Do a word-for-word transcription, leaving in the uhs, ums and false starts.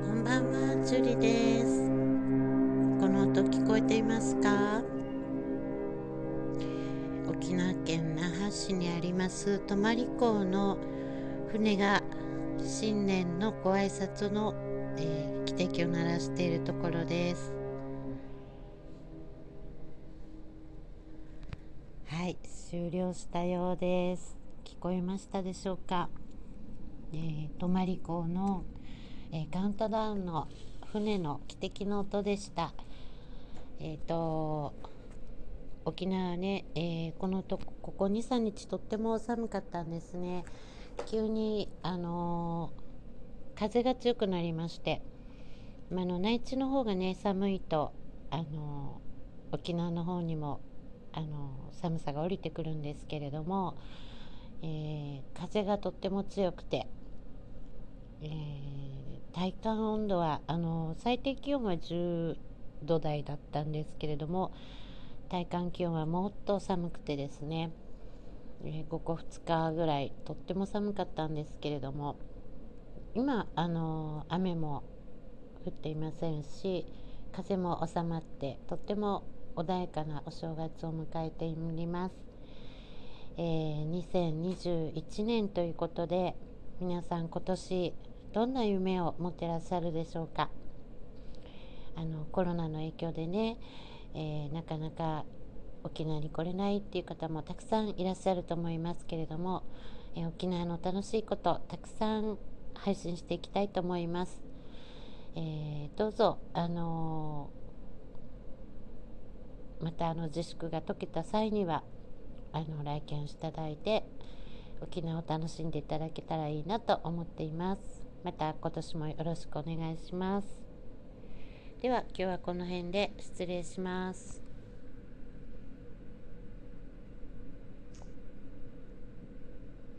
こんばんは、ジュリです。この音聞こえていますか？沖縄県那覇市にあります泊港の船が新年のご挨拶の、えー、汽笛を鳴らしているところです。はい、終了したようです。聞こえましたでしょうか？えー、泊港の、えーカウントダウンの船の汽笛の音でした。えっ、と沖縄ね、えーこのとここに、さんにちとっても寒かったんですね。急に、あのー風が強くなりまして、まあ、の内地の方がね寒いと、あのー沖縄の方にも、あのー寒さが降りてくるんですけれども、えー風がとっても強くて、えー体感温度はあのー最低気温はじゅうど台だったんですけれども、体感気温はもっと寒くてですね、えーここふつかぐらいとっても寒かったんですけれども、今、あのー雨も降っていませんし、風も収まってとっても穏やかなお正月を迎えております。えーにせんにじゅういちねんということで、皆さん今年どんな夢を持ってらっしゃるでしょうか？あのコロナの影響でね、えーなかなか沖縄に来れないっていう方もたくさんいらっしゃると思いますけれども、えー沖縄の楽しいことたくさん配信していきたいと思います。えーどうぞ、あのーまたあの自粛が解けた際にはあの来県していただいて、沖縄を楽しんでいただけたらいいなと思っています。また今年もよろしくお願いします。では今日はこの辺で失礼します。